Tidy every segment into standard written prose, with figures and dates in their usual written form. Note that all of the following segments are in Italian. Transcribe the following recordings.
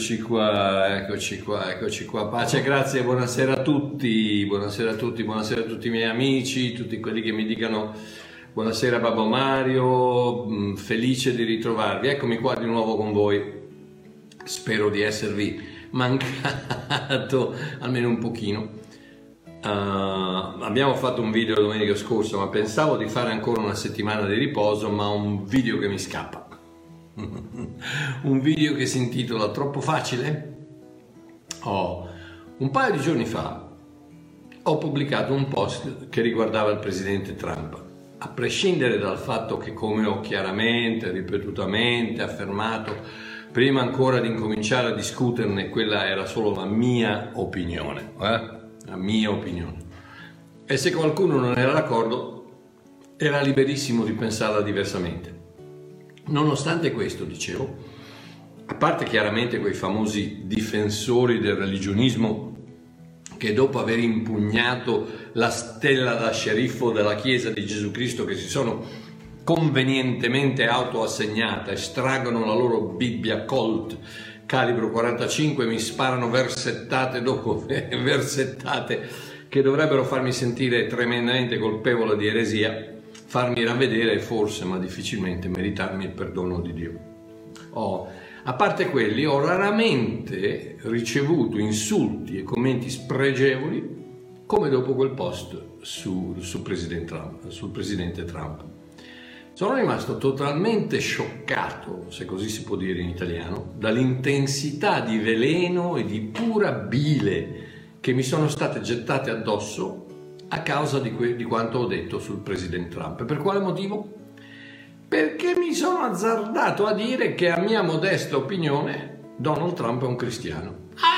eccoci qua. Pace, grazie, buonasera a tutti, buonasera a tutti i miei amici, tutti quelli che mi dicano buonasera Babbo Mario, felice di ritrovarvi. Eccomi qua di nuovo con voi, spero di esservi mancato almeno un pochino. Abbiamo fatto un video domenica scorsa, ma pensavo di fare ancora una settimana di riposo, ma ho un video che mi scappa. Un video che si intitola Troppo facile? Un paio di giorni fa ho pubblicato un post che riguardava il presidente Trump, a prescindere dal fatto che, come ho chiaramente, ripetutamente affermato, prima ancora di incominciare a discuterne, quella era solo la mia opinione, la mia opinione. E se qualcuno non era d'accordo, era liberissimo di pensarla diversamente. Nonostante questo, dicevo, a parte chiaramente quei famosi difensori del religionismo che dopo aver impugnato la stella da sceriffo della Chiesa di Gesù Cristo, che si sono convenientemente autoassegnata, estraggono la loro Bibbia Colt calibro 45, mi sparano versettate dopo versettate che dovrebbero farmi sentire tremendamente colpevole di eresia, farmi ravvedere e forse, ma difficilmente, meritarmi il perdono di Dio. A parte quelli, ho raramente ricevuto insulti e commenti spregevoli come dopo quel post sul presidente Trump. Sono rimasto totalmente scioccato, se così si può dire in italiano, dall'intensità di veleno e di pura bile che mi sono state gettate addosso a causa di quanto ho detto sul presidente Trump. Per quale motivo? Perché mi sono azzardato a dire che, a mia modesta opinione, Donald Trump è un cristiano.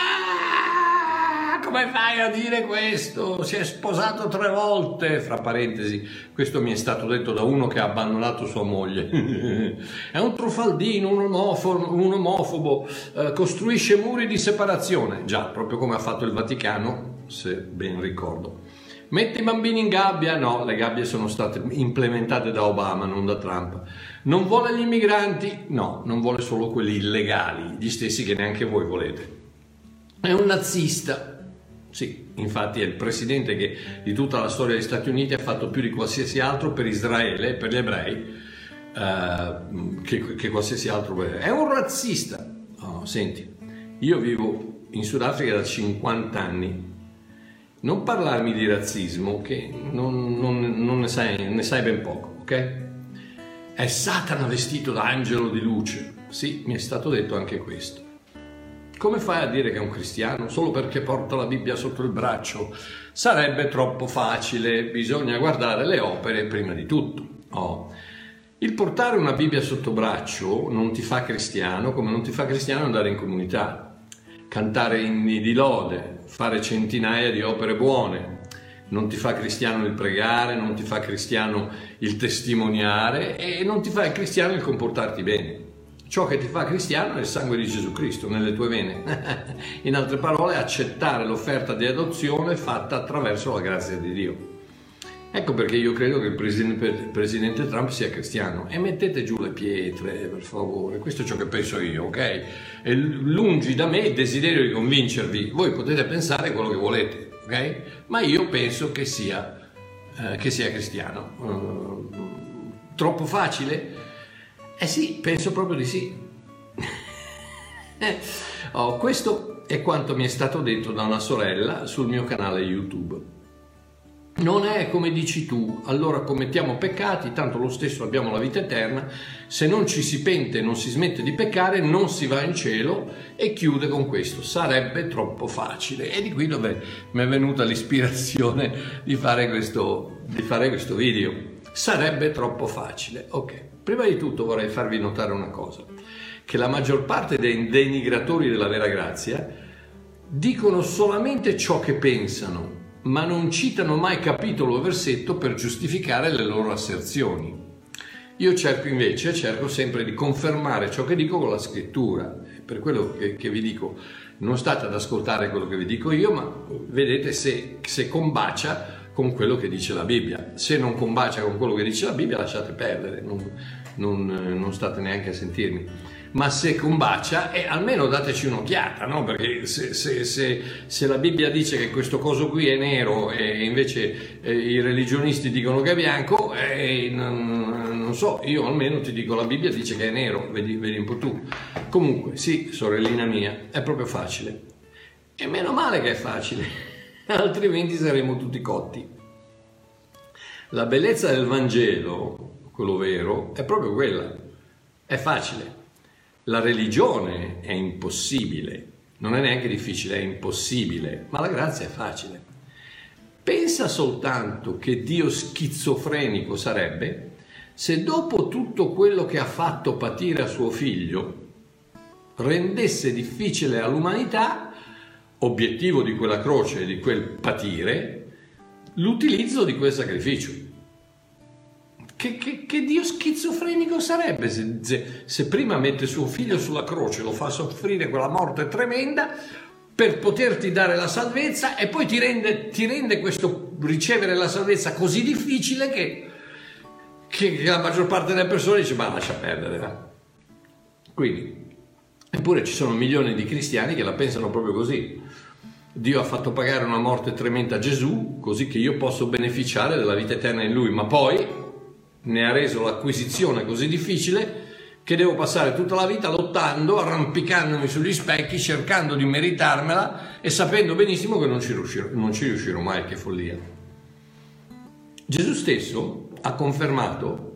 Come fai a dire questo? Si è sposato 3 volte, fra parentesi, questo mi è stato detto da uno che ha abbandonato sua moglie. È un truffaldino, un omofobo, costruisce muri di separazione, già, proprio come ha fatto il Vaticano, se ben ricordo. Mette i bambini in gabbia? No, le gabbie sono state implementate da Obama, non da Trump. Non vuole gli immigranti? No, non vuole solo quelli illegali, gli stessi che neanche voi volete. È un nazista. Sì, infatti è il presidente che di tutta la storia degli Stati Uniti ha fatto più di qualsiasi altro per Israele e per gli ebrei, che qualsiasi altro. È un razzista. Senti, io vivo in Sudafrica da 50 anni. Non parlarmi di razzismo, che non ne sai ben poco, ok? È Satana vestito da angelo di luce. Sì, mi è stato detto anche questo. Come fai a dire che è un cristiano solo perché porta la Bibbia sotto il braccio? Sarebbe troppo facile, bisogna guardare le opere prima di tutto. Il portare una Bibbia sotto braccio non ti fa cristiano, come non ti fa cristiano andare in comunità, cantare inni di lode, fare centinaia di opere buone. Non ti fa cristiano il pregare, non ti fa cristiano il testimoniare e non ti fa cristiano il comportarti bene. Ciò che ti fa cristiano è il sangue di Gesù Cristo nelle tue vene. In altre parole, accettare l'offerta di adozione fatta attraverso la grazia di Dio. Ecco perché io credo che il presidente Trump sia cristiano. E mettete giù le pietre, per favore. Questo è ciò che penso io, ok? E lungi da me il desiderio di convincervi. Voi potete pensare quello che volete, ok? Ma io penso che sia cristiano. Troppo facile? Sì, penso proprio di sì. Questo è quanto mi è stato detto da una sorella sul mio canale YouTube. Non è come dici tu, allora commettiamo peccati, tanto lo stesso abbiamo la vita eterna, se non ci si pente e non si smette di peccare non si va in cielo, e chiude con questo: sarebbe troppo facile. E di qui dove mi è venuta l'ispirazione di fare questo video. Sarebbe troppo facile. Ok, prima di tutto vorrei farvi notare una cosa, che la maggior parte dei denigratori della vera grazia dicono solamente ciò che pensano, ma non citano mai capitolo o versetto per giustificare le loro asserzioni. Io cerco sempre di confermare ciò che dico con la scrittura. Per quello che vi dico, non state ad ascoltare quello che vi dico io, ma vedete se combacia con quello che dice la Bibbia. Se non combacia con quello che dice la Bibbia, lasciate perdere, non state neanche a sentirmi. ma se combacia, almeno dateci un'occhiata, no? Perché se la Bibbia dice che questo coso qui è nero e invece i religionisti dicono che è bianco, non so, io almeno ti dico la Bibbia dice che è nero, vedi un po' tu. Comunque, sì, sorellina mia, è proprio facile. E meno male che è facile, altrimenti saremmo tutti cotti. La bellezza del Vangelo, quello vero, è proprio quella, è facile. La religione è impossibile, non è neanche difficile, è impossibile, ma la grazia è facile. Pensa soltanto che Dio schizofrenico sarebbe se dopo tutto quello che ha fatto patire a suo figlio rendesse difficile all'umanità, obiettivo di quella croce e di quel patire, l'utilizzo di quel sacrificio. Che Dio schizofrenico sarebbe se prima mette suo figlio sulla croce, lo fa soffrire quella morte tremenda per poterti dare la salvezza e poi ti rende questo ricevere la salvezza così difficile che la maggior parte delle persone dice ma lascia perdere. Va. Quindi, eppure ci sono milioni di cristiani che la pensano proprio così. Dio ha fatto pagare una morte tremenda a Gesù così che io posso beneficiare della vita eterna in Lui, ma poi ne ha reso l'acquisizione così difficile che devo passare tutta la vita lottando, arrampicandomi sugli specchi, cercando di meritarmela e sapendo benissimo che non ci riuscirò mai, che follia. Gesù stesso ha confermato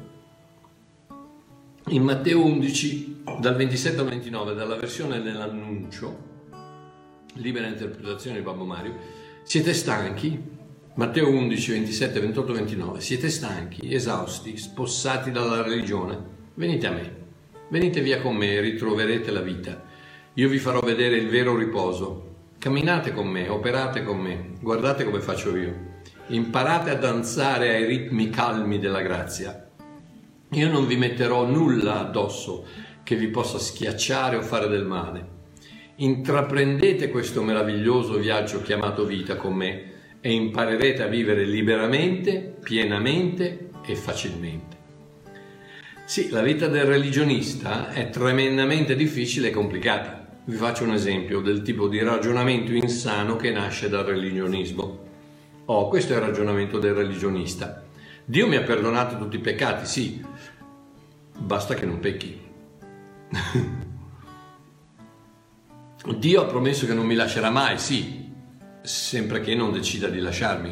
in Matteo 11, dal 27 al 29, dalla versione dell'annuncio, libera interpretazione di Babbo Mario, siete stanchi? Matteo 11, 27, 28, 29. Siete stanchi, esausti, spossati dalla religione? Venite a me. Venite via con me e ritroverete la vita. Io vi farò vedere il vero riposo. Camminate con me, operate con me. Guardate come faccio io. Imparate a danzare ai ritmi calmi della grazia. Io non vi metterò nulla addosso che vi possa schiacciare o fare del male. Intraprendete questo meraviglioso viaggio chiamato vita con me e imparerete a vivere liberamente, pienamente e facilmente. Sì, la vita del religionista è tremendamente difficile e complicata. Vi faccio un esempio del tipo di ragionamento insano che nasce dal religionismo. Questo è il ragionamento del religionista. Dio mi ha perdonato tutti i peccati, sì, basta che non pecchi. Dio ha promesso che non mi lascerà mai, sì, sempre che non decida di lasciarmi.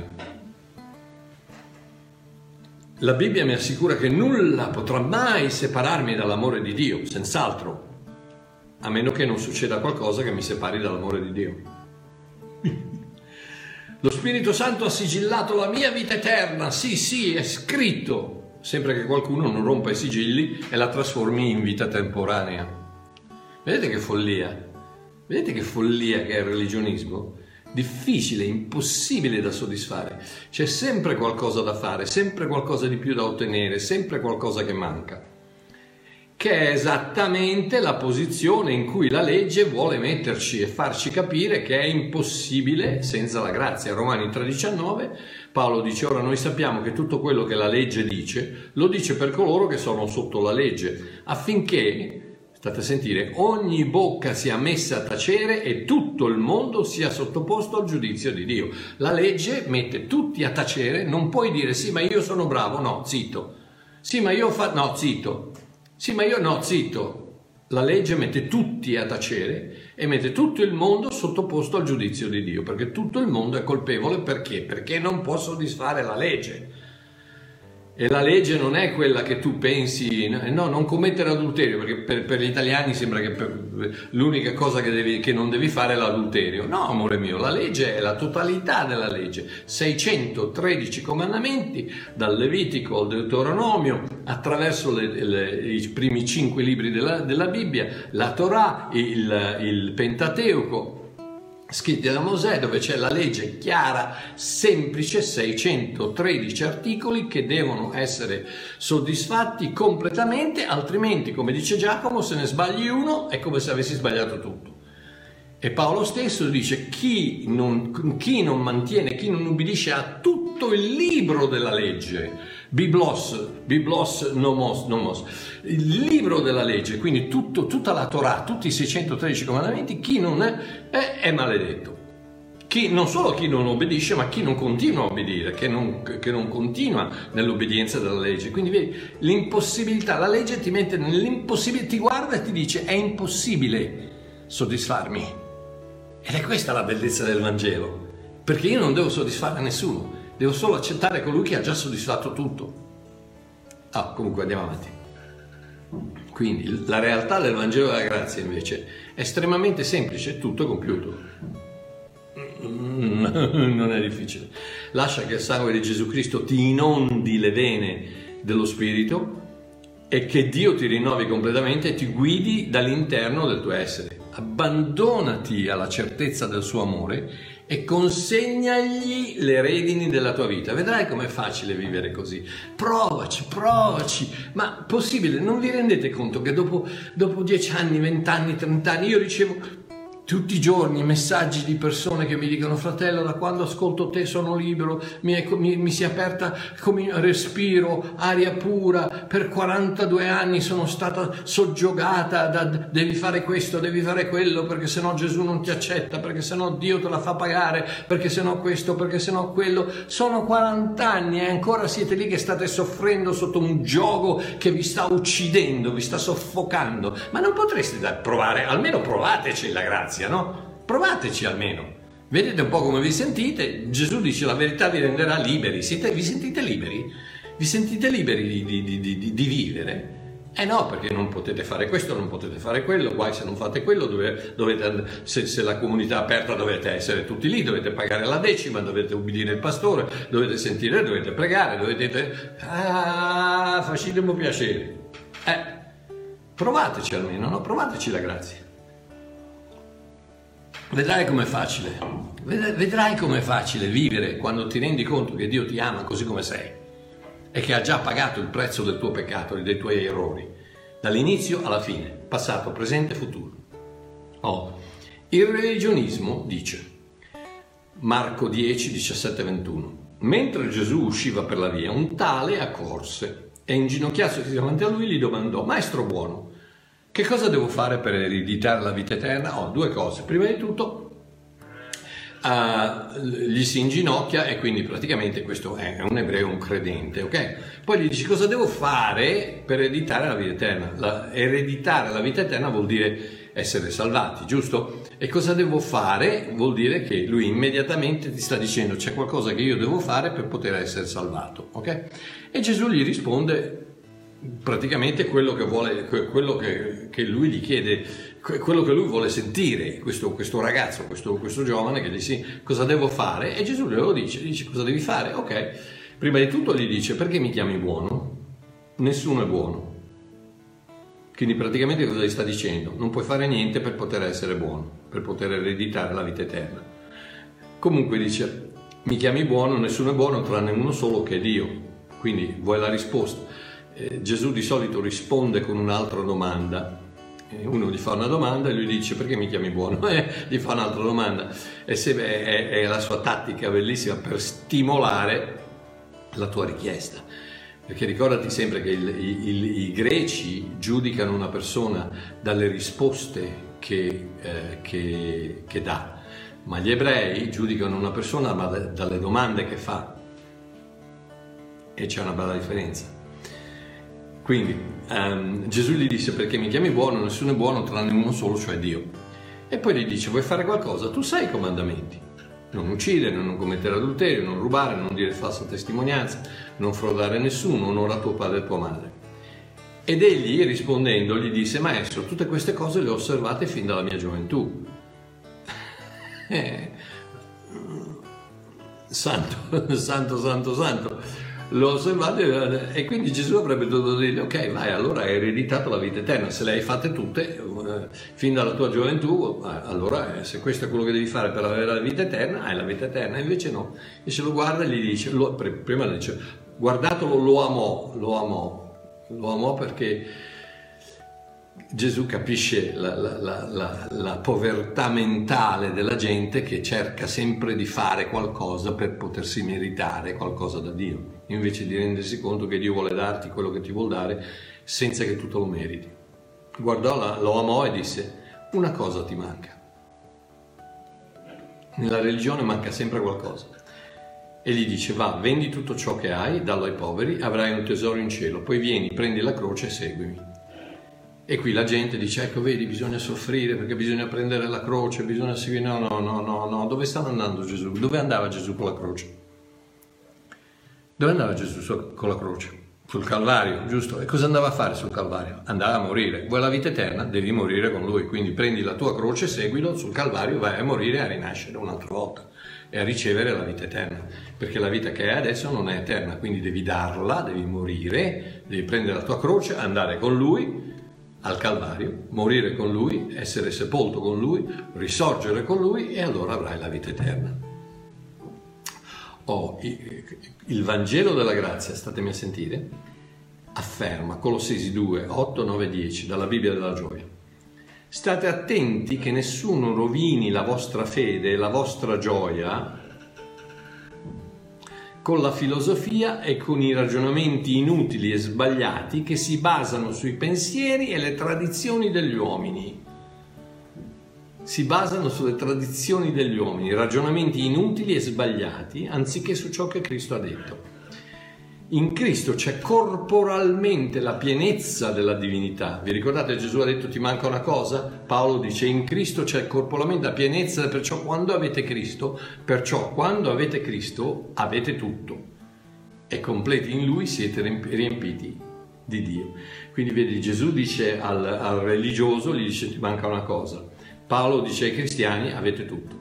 La Bibbia mi assicura che nulla potrà mai separarmi dall'amore di Dio, senz'altro, a meno che non succeda qualcosa che mi separi dall'amore di Dio. Lo Spirito Santo ha sigillato la mia vita eterna, sì, è scritto, sempre che qualcuno non rompa i sigilli e la trasformi in vita temporanea. Vedete che follia? Vedete che follia che è il religionismo? Difficile, impossibile da soddisfare. C'è sempre qualcosa da fare, sempre qualcosa di più da ottenere, sempre qualcosa che manca. Che è esattamente la posizione in cui la legge vuole metterci e farci capire che è impossibile senza la grazia. Romani 3,19, Paolo dice: ora noi sappiamo che tutto quello che la legge dice, lo dice per coloro che sono sotto la legge, affinché, state a sentire, ogni bocca sia messa a tacere e tutto il mondo sia sottoposto al giudizio di Dio. La legge mette tutti a tacere, non puoi dire sì ma io sono bravo, no, zitto. Sì ma io no, zitto. Sì ma io no, zitto. La legge mette tutti a tacere e mette tutto il mondo sottoposto al giudizio di Dio, perché tutto il mondo è colpevole. Perché? Perché non può soddisfare la legge. E la legge non è quella che tu pensi, no, non commettere adulterio, perché per gli italiani sembra che l'unica cosa che non devi fare è l'adulterio. No, amore mio, la legge è la totalità della legge. 613 comandamenti, dal Levitico al Deuteronomio, attraverso i primi 5 libri della Bibbia, la Torah, il Pentateuco, scritti da Mosè, dove c'è la legge chiara, semplice, 613 articoli che devono essere soddisfatti completamente, altrimenti, come dice Giacomo, se ne sbagli uno è come se avessi sbagliato tutto. E Paolo stesso dice: chi non mantiene, chi non ubbidisce a tutto il libro della legge, Biblos nomos. Il libro della legge, quindi tutta la Torah, tutti i 613 comandamenti, chi non è maledetto. Non solo chi non obbedisce, ma chi non continua a obbedire, che non continua nell'obbedienza della legge. Quindi vedi, l'impossibilità, la legge ti mette nell'impossibilità, ti guarda e ti dice è impossibile soddisfarmi. Ed è questa la bellezza del Vangelo, perché io non devo soddisfare nessuno, devo solo accettare colui che ha già soddisfatto tutto. Comunque andiamo avanti. Quindi la realtà del Vangelo della grazia invece è estremamente semplice, è tutto compiuto. Non è difficile. Lascia che il sangue di Gesù Cristo ti inondi le vene dello Spirito e che Dio ti rinnovi completamente e ti guidi dall'interno del tuo essere. Abbandonati alla certezza del suo amore e consegnagli le redini della tua vita. Vedrai com'è facile vivere così. Provaci. Ma possibile, non vi rendete conto che dopo 10 anni, 20 anni, 30 anni io ricevo tutti i giorni messaggi di persone che mi dicono: fratello, da quando ascolto te sono libero, mi si è aperta come respiro, aria pura, per 42 anni sono stata soggiogata devi fare questo, devi fare quello, perché sennò Gesù non ti accetta, perché sennò Dio te la fa pagare, perché sennò questo, perché sennò quello. Sono 40 anni e ancora siete lì che state soffrendo sotto un giogo che vi sta uccidendo, vi sta soffocando. Ma non potreste provare, almeno provateci la grazia, no? Provateci almeno, vedete un po' come vi sentite. Gesù dice: la verità vi renderà liberi. Vi sentite liberi? Vi sentite liberi di vivere? No, perché non potete fare questo, non potete fare quello, guai se non fate quello, se la comunità è aperta dovete essere tutti lì, dovete pagare la decima, dovete ubbidire il pastore, dovete sentire, dovete pregare, facitemi piacere. Provateci almeno, no? Provateci la grazia. Vedrai com'è facile, vedrai com'è facile vivere quando ti rendi conto che Dio ti ama così come sei e che ha già pagato il prezzo del tuo peccato e dei tuoi errori, dall'inizio alla fine, passato, presente e futuro. Il religionismo dice, Marco 10, 17, 21, mentre Gesù usciva per la via, un tale accorse e inginocchiatosi davanti a lui gli domandò: maestro buono, che cosa devo fare per ereditare la vita eterna? Due cose. Prima di tutto gli si inginocchia e quindi praticamente questo è un ebreo, un credente, ok? Poi gli dice: cosa devo fare per ereditare la vita eterna? Ereditare la vita eterna vuol dire essere salvati, giusto? E cosa devo fare? Vuol dire che lui immediatamente ti sta dicendo: c'è qualcosa che io devo fare per poter essere salvato, ok? E Gesù gli risponde praticamente quello che vuole, quello che lui gli chiede, quello che lui vuole sentire, questo ragazzo, questo giovane che gli dice: cosa devo fare? E Gesù glielo dice cosa devi fare? Ok, prima di tutto gli dice: perché mi chiami buono? Nessuno è buono. Quindi praticamente cosa gli sta dicendo? Non puoi fare niente per poter essere buono, per poter ereditare la vita eterna. Comunque dice: mi chiami buono, nessuno è buono tranne uno solo che è Dio. Quindi vuoi la risposta? Gesù di solito risponde con un'altra domanda. Uno gli fa una domanda e lui dice: perché mi chiami buono? Gli fa un'altra domanda. È la sua tattica bellissima per stimolare la tua richiesta. Perché ricordati sempre che i greci giudicano una persona dalle risposte che dà, ma gli ebrei giudicano una persona dalle domande che fa. E c'è una bella differenza. Quindi Gesù gli disse: perché mi chiami buono? Nessuno è buono tranne uno solo, cioè Dio. E poi gli dice: vuoi fare qualcosa? Tu sai i comandamenti: non uccidere, non commettere adulterio, non rubare, non dire falsa testimonianza, non frodare nessuno, onora tuo padre e tua madre. Ed egli rispondendo gli disse: maestro, tutte queste cose le ho osservate fin dalla mia gioventù. Santo. L'ho osservato e quindi Gesù avrebbe dovuto dire: ok, vai, allora hai ereditato la vita eterna, se le hai fatte tutte fin dalla tua gioventù, allora se questo è quello che devi fare per avere la vita eterna, hai la vita eterna. Invece no, e se lo guarda e gli dice, prima le dice, guardatelo, lo amò perché Gesù capisce la povertà mentale della gente che cerca sempre di fare qualcosa per potersi meritare qualcosa da Dio, invece di rendersi conto che Dio vuole darti quello che ti vuole dare senza che tu te lo meriti. Guardò, lo amò e disse: una cosa ti manca. Nella religione manca sempre qualcosa. E gli dice: va, vendi tutto ciò che hai, dallo ai poveri, avrai un tesoro in cielo, poi vieni, prendi la croce e seguimi. E qui la gente dice: ecco, vedi, bisogna soffrire perché bisogna prendere la croce, bisogna seguire. No. Dove stava andando Gesù? Dove andava Gesù con la croce? Dove andava Gesù con la croce? Sul Calvario, giusto? E cosa andava a fare sul Calvario? Andava a morire. Vuoi la vita eterna? Devi morire con lui. Quindi prendi la tua croce, seguilo, sul Calvario vai a morire e a rinascere un'altra volta e a ricevere la vita eterna. Perché la vita che hai adesso non è eterna, quindi devi darla, devi morire, devi prendere la tua croce, andare con lui al Calvario, morire con lui, essere sepolto con lui, risorgere con lui e allora avrai la vita eterna. Il Vangelo della grazia, statemi a sentire, afferma, Colossesi 2, 8, 9, 10, dalla Bibbia della gioia: state attenti che nessuno rovini la vostra fede e la vostra gioia con la filosofia e con i ragionamenti inutili e sbagliati che si basano sui pensieri e le tradizioni degli uomini. Si basano sulle tradizioni degli uomini, ragionamenti inutili e sbagliati, anziché su ciò che Cristo ha detto. In Cristo c'è corporalmente la pienezza della divinità. Vi ricordate, Gesù ha detto: ti manca una cosa? Paolo dice: in Cristo c'è corporalmente la pienezza, perciò quando avete Cristo avete tutto. E completi in Lui siete riempiti di Dio. Quindi vedi, Gesù dice al religioso, gli dice: ti manca una cosa. Paolo dice ai cristiani: avete tutto.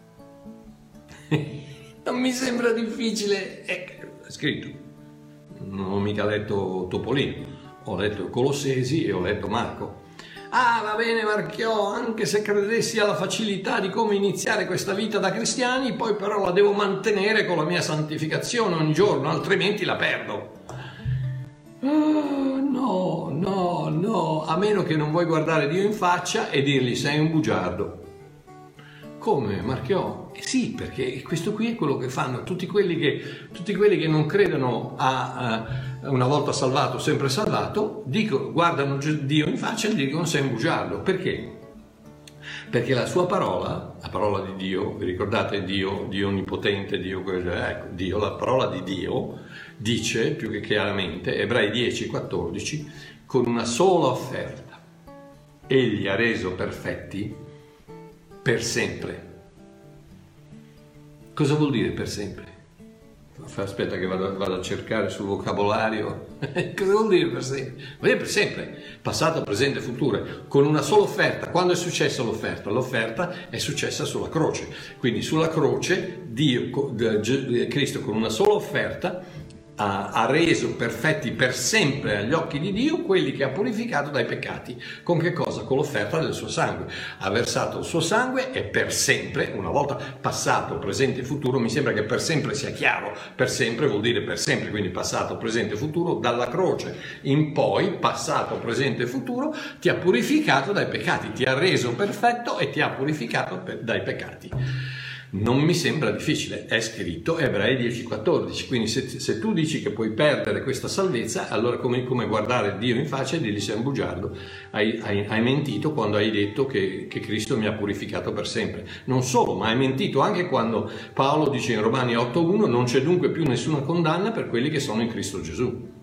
Non mi sembra difficile, è scritto. Non ho mica letto Topolino, ho letto Colossesi e ho letto Marco. Ah, va bene Marchiò, anche se credessi alla facilità di come iniziare questa vita da cristiani, poi però la devo mantenere con la mia santificazione ogni giorno, altrimenti la perdo. No, a meno che non vuoi guardare Dio in faccia e dirgli: sei un bugiardo. Come, Marchiò? Sì, perché questo qui è quello che fanno tutti quelli che non credono a una volta salvato, sempre salvato, guardano Dio in faccia e gli dicono: sei un bugiardo. Perché? Perché la sua parola, la parola di Dio, vi ricordate Dio onnipotente, Dio, la parola di Dio dice più che chiaramente, Ebrei 10, 14, con una sola offerta egli ha reso perfetti per sempre. Cosa vuol dire per sempre? Aspetta che vado a cercare sul vocabolario. Cosa vuol dire per sempre? Vuol dire per sempre, passato, presente, futuro, con una sola offerta. Quando è successa l'offerta? L'offerta è successa sulla croce. Quindi sulla croce Cristo con una sola offerta ha reso perfetti per sempre agli occhi di Dio quelli che ha purificato dai peccati. Con che cosa? Con l'offerta del suo sangue. Ha versato il suo sangue e per sempre, una volta passato, presente e futuro, mi sembra che per sempre sia chiaro. Per sempre vuol dire per sempre, quindi passato, presente e futuro, dalla croce in poi, passato, presente e futuro, ti ha purificato dai peccati, ti ha reso perfetto e ti ha purificato dai peccati. Non mi sembra difficile, è scritto Ebrei 10,14, quindi se tu dici che puoi perdere questa salvezza, allora come guardare Dio in faccia e dirgli: sei un bugiardo, hai mentito quando hai detto che Cristo mi ha purificato per sempre. Non solo, ma hai mentito anche quando Paolo dice in Romani 8,1: non c'è dunque più nessuna condanna per quelli che sono in Cristo Gesù.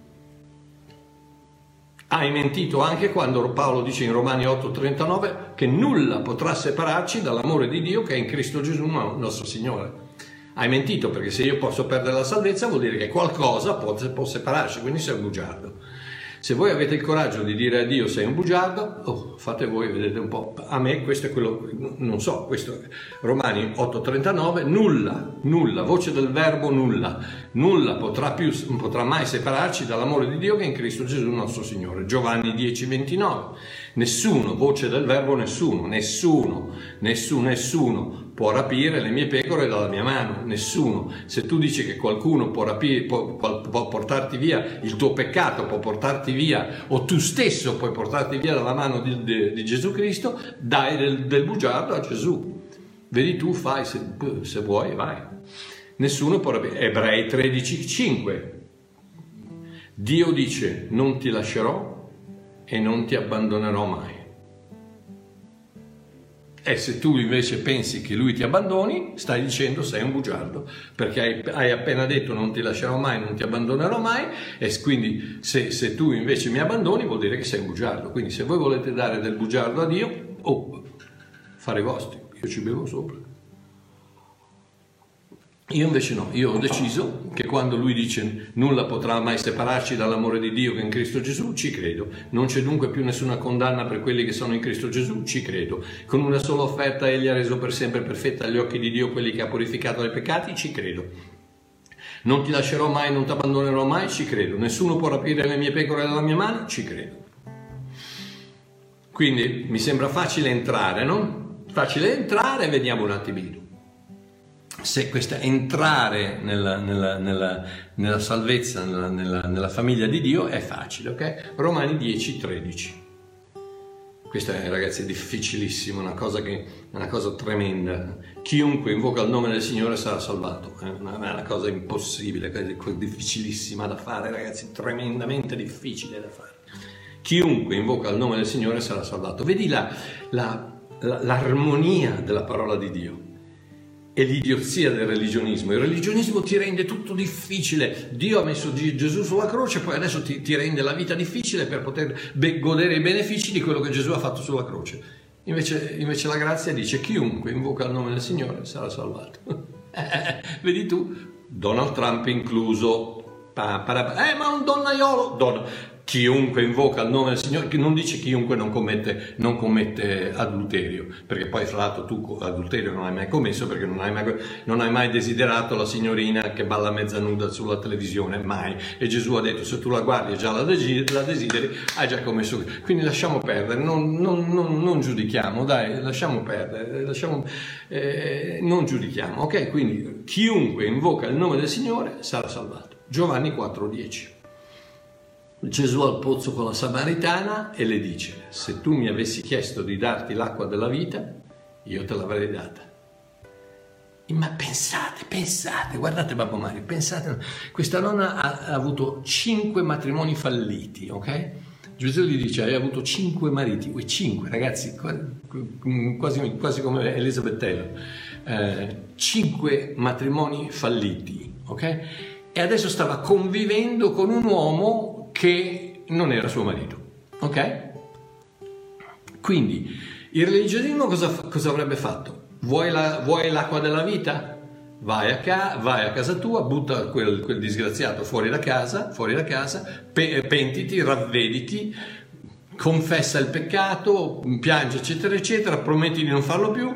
Hai mentito anche quando Paolo dice in Romani 8,39 che nulla potrà separarci dall'amore di Dio che è in Cristo Gesù nostro Signore. Hai mentito perché se io posso perdere la salvezza vuol dire che qualcosa può separarci, quindi sei un bugiardo. Se voi avete il coraggio di dire a Dio sei un bugiardo, fate voi, vedete un po'. A me questo è quello, non so, questo è Romani 8,39, nulla, voce del verbo nulla potrà mai separarci dall'amore di Dio che è in Cristo Gesù nostro Signore. Giovanni 10,29, nessuno, voce del verbo nessuno può rapire le mie pecore dalla mia mano, nessuno. Se tu dici che qualcuno può portarti via il tuo peccato, può portarti via, o tu stesso puoi portarti via dalla mano di Gesù Cristo, dai del bugiardo a Gesù. Vedi tu, fai, se vuoi, vai. Nessuno può rapire. Ebrei 13,5. Dio dice: non ti lascerò e non ti abbandonerò mai. E se tu invece pensi che lui ti abbandoni, stai dicendo sei un bugiardo, perché hai appena detto non ti lascerò mai, non ti abbandonerò mai, e quindi se tu invece mi abbandoni vuol dire che sei un bugiardo. Quindi se voi volete dare del bugiardo a Dio, fare i vostri, io ci bevo sopra. Io invece no, io ho deciso che quando lui dice nulla potrà mai separarci dall'amore di Dio che è in Cristo Gesù, ci credo. Non c'è dunque più nessuna condanna per quelli che sono in Cristo Gesù, ci credo. Con una sola offerta egli ha reso per sempre perfetta agli occhi di Dio quelli che ha purificato dai peccati, ci credo. Non ti lascerò mai, non ti abbandonerò mai, ci credo. Nessuno può rapire le mie pecore dalla mia mano, ci credo. Quindi mi sembra facile entrare, no? Facile entrare, vediamo un attimino. Se questa entrare nella salvezza, nella famiglia di Dio è facile, ok? Romani 10,13. Questa ragazzi è difficilissimo, una cosa tremenda. Chiunque invoca il nome del Signore sarà salvato. È una cosa impossibile, difficilissima da fare, ragazzi, tremendamente difficile da fare. Chiunque invoca il nome del Signore sarà salvato. Vedi l'armonia della parola di Dio e l'idiozia del religionismo. Il religionismo ti rende tutto difficile. Dio ha messo Gesù sulla croce, poi adesso ti rende la vita difficile per poter godere i benefici di quello che Gesù ha fatto sulla croce. Invece la grazia dice: chiunque invoca il nome del Signore sarà salvato. Vedi tu, Donald Trump incluso. Ma un donnaiolo. Chiunque invoca il nome del Signore, che non dice chiunque non commette adulterio, perché poi fra l'altro tu adulterio non hai mai commesso, perché non hai mai desiderato la signorina che balla mezza nuda sulla televisione, mai. E Gesù ha detto: se tu la guardi e già la desideri, hai già commesso. Quindi lasciamo perdere, non giudichiamo, dai, lasciamo perdere, non giudichiamo, ok? Quindi chiunque invoca il nome del Signore sarà salvato. Giovanni 4,10. Gesù al pozzo con la Samaritana e le dice: se tu mi avessi chiesto di darti l'acqua della vita, io te l'avrei data. Ma pensate, guardate Babbo Mario, pensate, questa donna ha avuto 5 matrimoni falliti, ok? Gesù gli dice: hai avuto 5 mariti, 5 ragazzi, quasi come Elizabeth Taylor, 5 matrimoni falliti, ok? E adesso stava convivendo con un uomo che non era suo marito, ok? Quindi il religionismo cosa avrebbe fatto? Vuoi l'acqua della vita? Vai a casa tua, butta quel disgraziato fuori da casa, pentiti, ravvediti, confessa il peccato, piange eccetera eccetera, prometti di non farlo più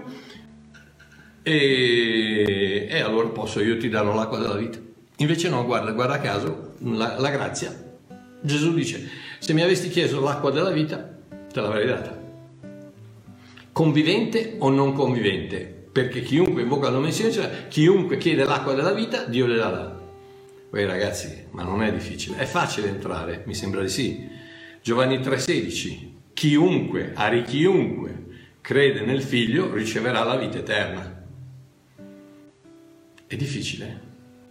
e allora io ti darò l'acqua della vita. Invece no, guarda caso, la grazia. Gesù dice: se mi avessi chiesto l'acqua della vita, te l'avrei data. Convivente o non convivente? Perché chiunque invoca il nome di Signore, chiunque chiede l'acqua della vita, Dio le dà. Poi ragazzi, ma non è difficile, è facile entrare, mi sembra di sì. Giovanni 3,16. Chiunque crede nel Figlio riceverà la vita eterna. È difficile?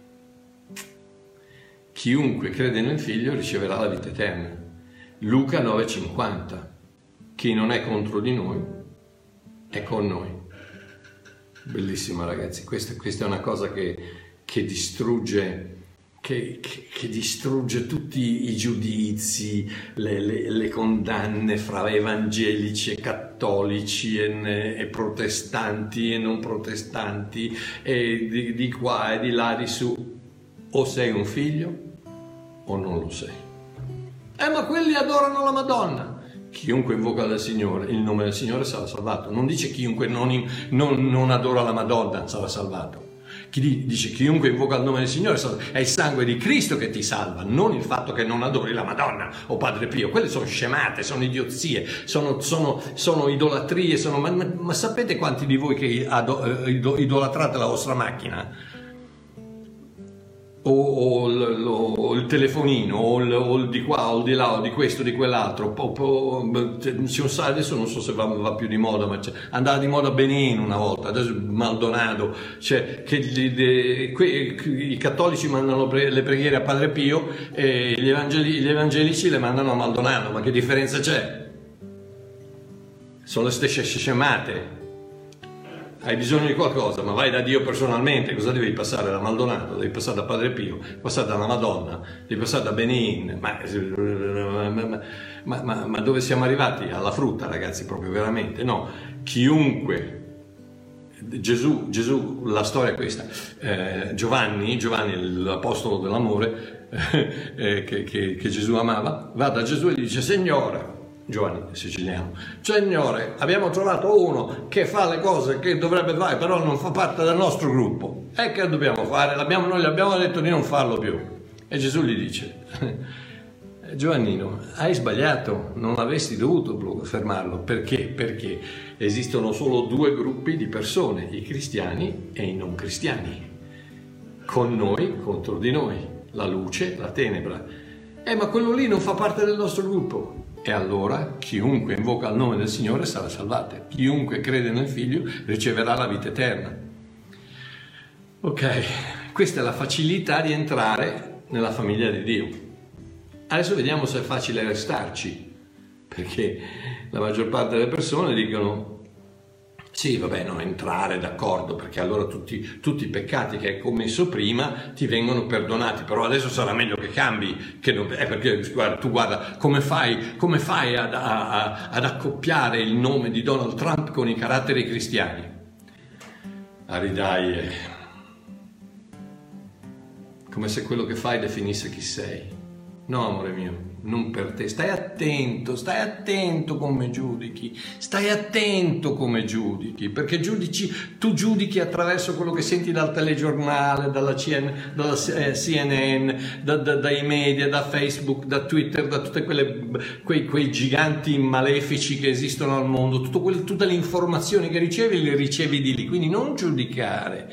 Chiunque crede nel Figlio riceverà la vita eterna. Luca 9,50. Chi non è contro di noi è con noi. Bellissima ragazzi, questa è una cosa che distrugge tutti i giudizi, le condanne fra evangelici e cattolici e protestanti e non protestanti e di qua e di là, di su. O sei un figlio o non lo sei. Ma quelli adorano la Madonna. Chiunque invoca il nome del Signore sarà salvato. Non dice chiunque non adora la Madonna sarà salvato. Chi dice chiunque invoca il nome del Signore è il sangue di Cristo che ti salva, non il fatto che non adori la Madonna o Padre Pio. Quelle sono scemate, sono idiozie, sono idolatrie, ma sapete quanti di voi che idolatrate la vostra macchina? O il telefonino, o il di qua, o il di là, o di questo, di quell'altro. Adesso non so se va più di moda, ma andava di moda Benin una volta, adesso Maldonado, cioè che i cattolici mandano le preghiere a Padre Pio e gli evangelici le mandano a Maldonado. Ma che differenza c'è? Sono le stesse scemate. Hai bisogno di qualcosa, ma vai da Dio personalmente, cosa devi passare? Da Maldonado, devi passare da Padre Pio, devi passare dalla Madonna, devi passare da Benin, ma dove siamo arrivati? Alla frutta, ragazzi, proprio veramente, no? Chiunque, Gesù, la storia è questa, Giovanni, l'apostolo dell'amore, che Gesù amava, va da Gesù e gli dice: Signore, Giovanni è siciliano, Signore, abbiamo trovato uno che fa le cose che dovrebbe fare, però non fa parte del nostro gruppo, e che dobbiamo fare? Noi gli abbiamo detto di non farlo più. E Gesù gli dice: Giovannino, hai sbagliato, non avresti dovuto fermarlo. Perché? Perché esistono solo due gruppi di persone, i cristiani e i non cristiani, con noi contro di noi, la luce, la tenebra. Ma quello lì non fa parte del nostro gruppo. E allora chiunque invoca il nome del Signore sarà salvato. Chiunque crede nel Figlio riceverà la vita eterna. Ok, questa è la facilità di entrare nella famiglia di Dio. Adesso vediamo se è facile restarci, perché la maggior parte delle persone dicono: sì, vabbè, no, entrare, d'accordo, perché allora tutti i peccati che hai commesso prima ti vengono perdonati, però adesso sarà meglio che cambi, perché guarda, come fai ad accoppiare il nome di Donald Trump con i caratteri cristiani? Aridai, come se quello che fai definisse chi sei. No, amore mio, non per te. Stai attento come giudichi, perché tu giudichi attraverso quello che senti dal telegiornale, dalla CNN, dai media, da Facebook, da Twitter, da tutti quei giganti malefici che esistono al mondo, tutte le informazioni che ricevi le ricevi di lì, quindi non giudicare.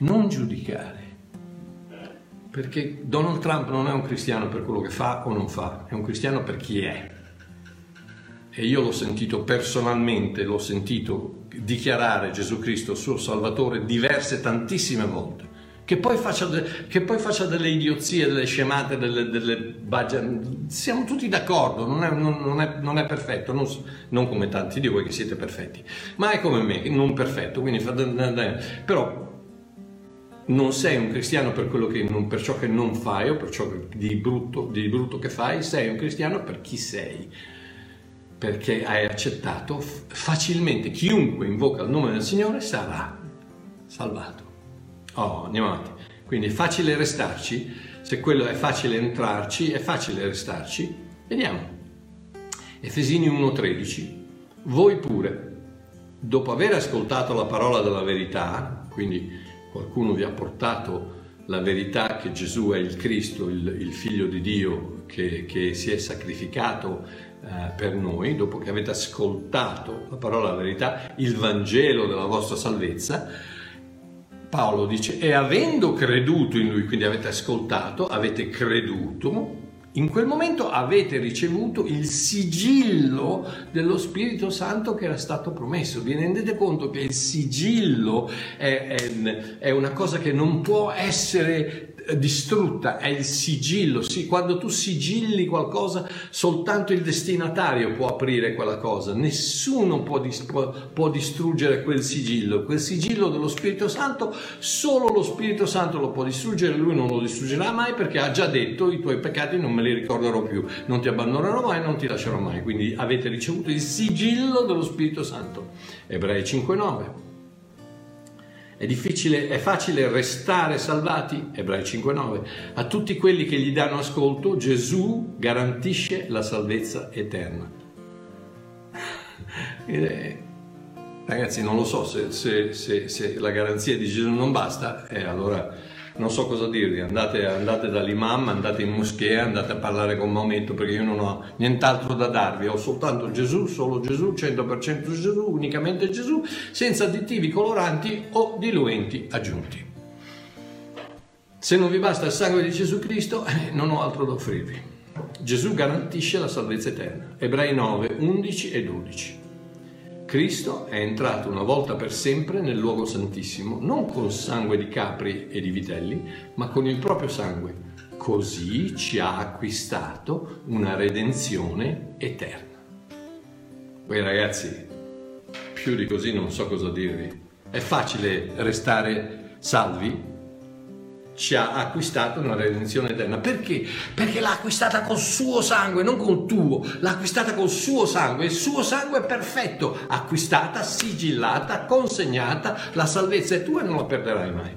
Perché Donald Trump non è un cristiano per quello che fa o non fa, è un cristiano per chi è. E io l'ho sentito personalmente, dichiarare Gesù Cristo suo Salvatore tantissime volte. Che poi faccia delle idiozie, delle scemate, siamo tutti d'accordo, non è perfetto, non come tanti di voi che siete perfetti, ma è come me, non perfetto, quindi però non sei un cristiano per ciò che non fai o per ciò di brutto che fai, sei un cristiano per chi sei, perché hai accettato facilmente. Chiunque invoca il nome del Signore sarà salvato. Andiamo avanti. Quindi è facile restarci, se quello è facile entrarci, è facile restarci. Vediamo. Efesini 1,13. Voi pure, dopo aver ascoltato la parola della verità, quindi qualcuno vi ha portato la verità che Gesù è il Cristo, il Figlio di Dio che si è sacrificato per noi, dopo che avete ascoltato la parola della verità, il Vangelo della vostra salvezza, Paolo dice: e avendo creduto in Lui, quindi avete ascoltato, avete creduto, in quel momento avete ricevuto il sigillo dello Spirito Santo che era stato promesso. Vi rendete conto che il sigillo è una cosa che non può essere distrutta, è il sigillo. Quando tu sigilli qualcosa, soltanto il destinatario può aprire quella cosa, nessuno può distruggere quel sigillo dello Spirito Santo. Solo lo Spirito Santo lo può distruggere, lui non lo distruggerà mai, perché ha già detto: i tuoi peccati non me li ricorderò più, non ti abbandonerò mai, non ti lascerò mai. Quindi avete ricevuto il sigillo dello Spirito Santo. Ebrei 5,9. È facile restare salvati? Ebrei 5,9. A tutti quelli che gli danno ascolto, Gesù garantisce la salvezza eterna. Ragazzi, non lo so, se la garanzia di Gesù non basta, allora non so cosa dirvi, andate dall'imam, andate in moschea, andate a parlare con Maometto, perché io non ho nient'altro da darvi, ho soltanto Gesù, solo Gesù, 100% Gesù, unicamente Gesù, senza additivi, coloranti o diluenti aggiunti. Se non vi basta il sangue di Gesù Cristo, non ho altro da offrirvi. Gesù garantisce la salvezza eterna. Ebrei 9, 11 e 12. Cristo è entrato una volta per sempre nel luogo santissimo, non con sangue di capri e di vitelli, ma con il proprio sangue. Così ci ha acquistato una redenzione eterna. Voi ragazzi, più di così non so cosa dirvi. È facile restare salvi? Ci ha acquistato una redenzione eterna. Perché? Perché l'ha acquistata col suo sangue, non col tuo. L'ha acquistata col suo sangue. Il suo sangue è perfetto. Acquistata, sigillata, consegnata. La salvezza è tua e non la perderai mai.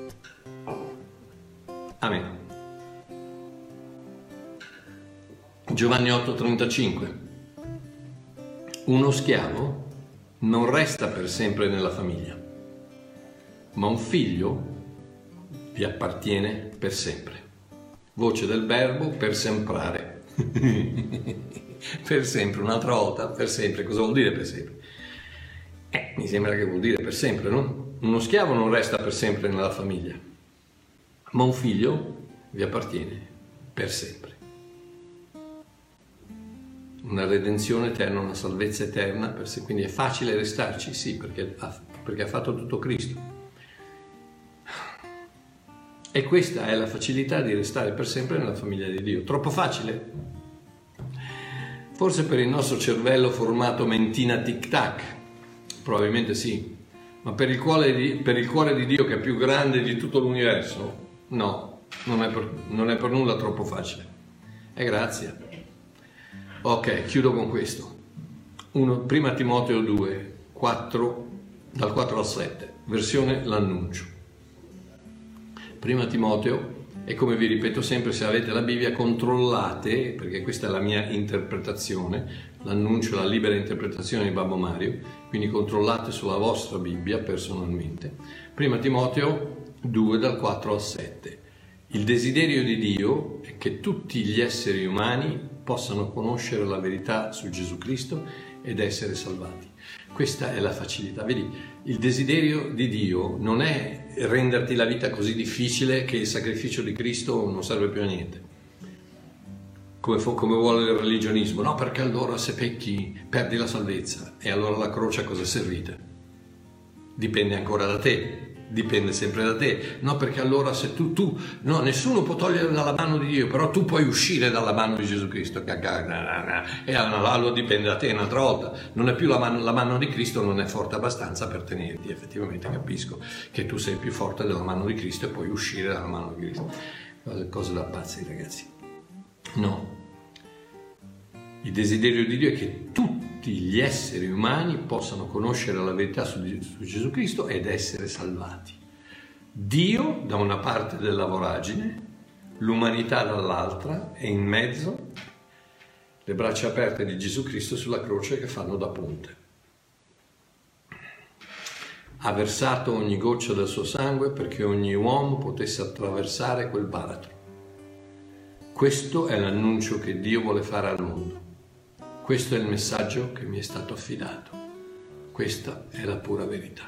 Amen. Giovanni 8,35. Uno schiavo non resta per sempre nella famiglia, ma un figlio vi appartiene per sempre. Voce del verbo per semprare. Per sempre, un'altra volta, per sempre. Cosa vuol dire per sempre? Mi sembra che vuol dire per sempre, no? Uno schiavo non resta per sempre nella famiglia, ma un figlio vi appartiene per sempre. Una redenzione eterna, una salvezza eterna, quindi è facile restarci? Sì, perché ha fatto tutto Cristo. E questa è la facilità di restare per sempre nella famiglia di Dio. Troppo facile? Forse per il nostro cervello formato mentina tic-tac, probabilmente sì, ma per il cuore di Dio, che è più grande di tutto l'universo, no, non è per nulla troppo facile. E grazia. Ok, chiudo con questo. 1 Timoteo 2, 4, dal 4 al 7, versione l'annuncio. 1 Timoteo, e come vi ripeto sempre, se avete la Bibbia controllate, perché questa è la mia interpretazione, l'annuncio, la libera interpretazione di Babbo Mario, quindi controllate sulla vostra Bibbia personalmente. 1 Timoteo 2 dal 4 al 7. Il desiderio di Dio è che tutti gli esseri umani possano conoscere la verità su Gesù Cristo ed essere salvati. Questa è la facilità. Vedi, il desiderio di Dio non è renderti la vita così difficile che il sacrificio di Cristo non serve più a niente, come vuole il religionismo. No, perché allora se pecchi perdi la salvezza, e allora la croce a cosa è servita? Dipende ancora da te. Dipende sempre da te, no, perché allora se no, nessuno può togliere dalla mano di Dio, però tu puoi uscire dalla mano di Gesù Cristo, e allora dipende da te un'altra volta. Non è più la mano di Cristo, non è forte abbastanza per tenerti. Effettivamente capisco che tu sei più forte della mano di Cristo e puoi uscire dalla mano di Cristo. Cose da pazzi, ragazzi. No, il desiderio di Dio è che tutti gli esseri umani possano conoscere la verità su Gesù Cristo ed essere salvati. Dio da una parte della voragine, l'umanità dall'altra, e in mezzo le braccia aperte di Gesù Cristo sulla croce che fanno da ponte. Ha versato ogni goccia del suo sangue perché ogni uomo potesse attraversare quel baratro. Questo è l'annuncio che Dio vuole fare al mondo. Questo è il messaggio che mi è stato affidato. Questa è la pura verità.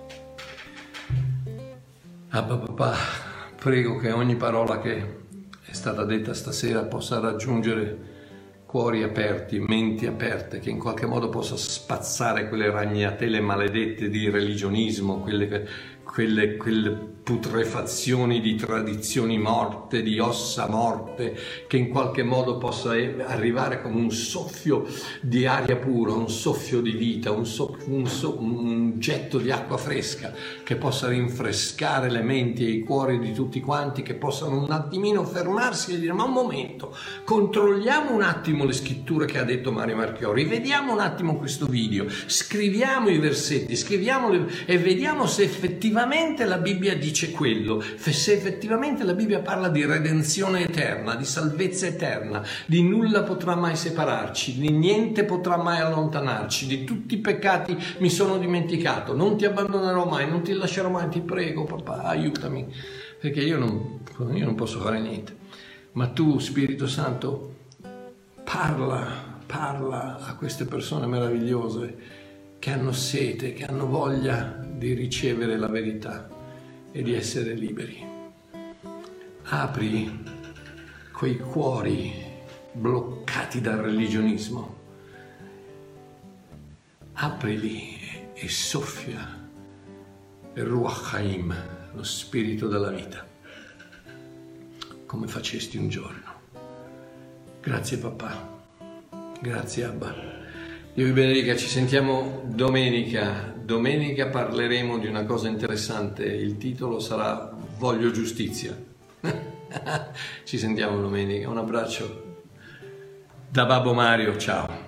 Abba papà, prego che ogni parola che è stata detta stasera possa raggiungere cuori aperti, menti aperte, che in qualche modo possa spazzare quelle ragnatele maledette di religionismo, quelle putrefazioni di tradizioni morte, di ossa morte, che in qualche modo possa arrivare come un soffio di aria pura, un soffio di vita, un getto di acqua fresca che possa rinfrescare le menti e i cuori di tutti quanti, che possano un attimino fermarsi e dire: ma un momento, controlliamo un attimo le scritture che ha detto Mario Marchiori, rivediamo un attimo questo video, scriviamo i versetti, scriviamoli e vediamo se effettivamente effettivamente la Bibbia dice quello, se effettivamente la Bibbia parla di redenzione eterna, di salvezza eterna, di nulla potrà mai separarci, di niente potrà mai allontanarci, di tutti i peccati mi sono dimenticato, non ti abbandonerò mai, non ti lascerò mai, ti prego papà, aiutami, perché io non posso fare niente. Ma tu, Spirito Santo, parla a queste persone meravigliose che hanno sete, che hanno voglia di ricevere la verità e di essere liberi. Apri quei cuori bloccati dal religionismo, aprili e soffia il Ruach Haim, lo spirito della vita, come facesti un giorno. Grazie papà, grazie Abba. Dio vi benedica, ci sentiamo domenica. Domenica parleremo di una cosa interessante, il titolo sarà Voglio giustizia. Ci sentiamo domenica, un abbraccio da Babbo Mario, ciao.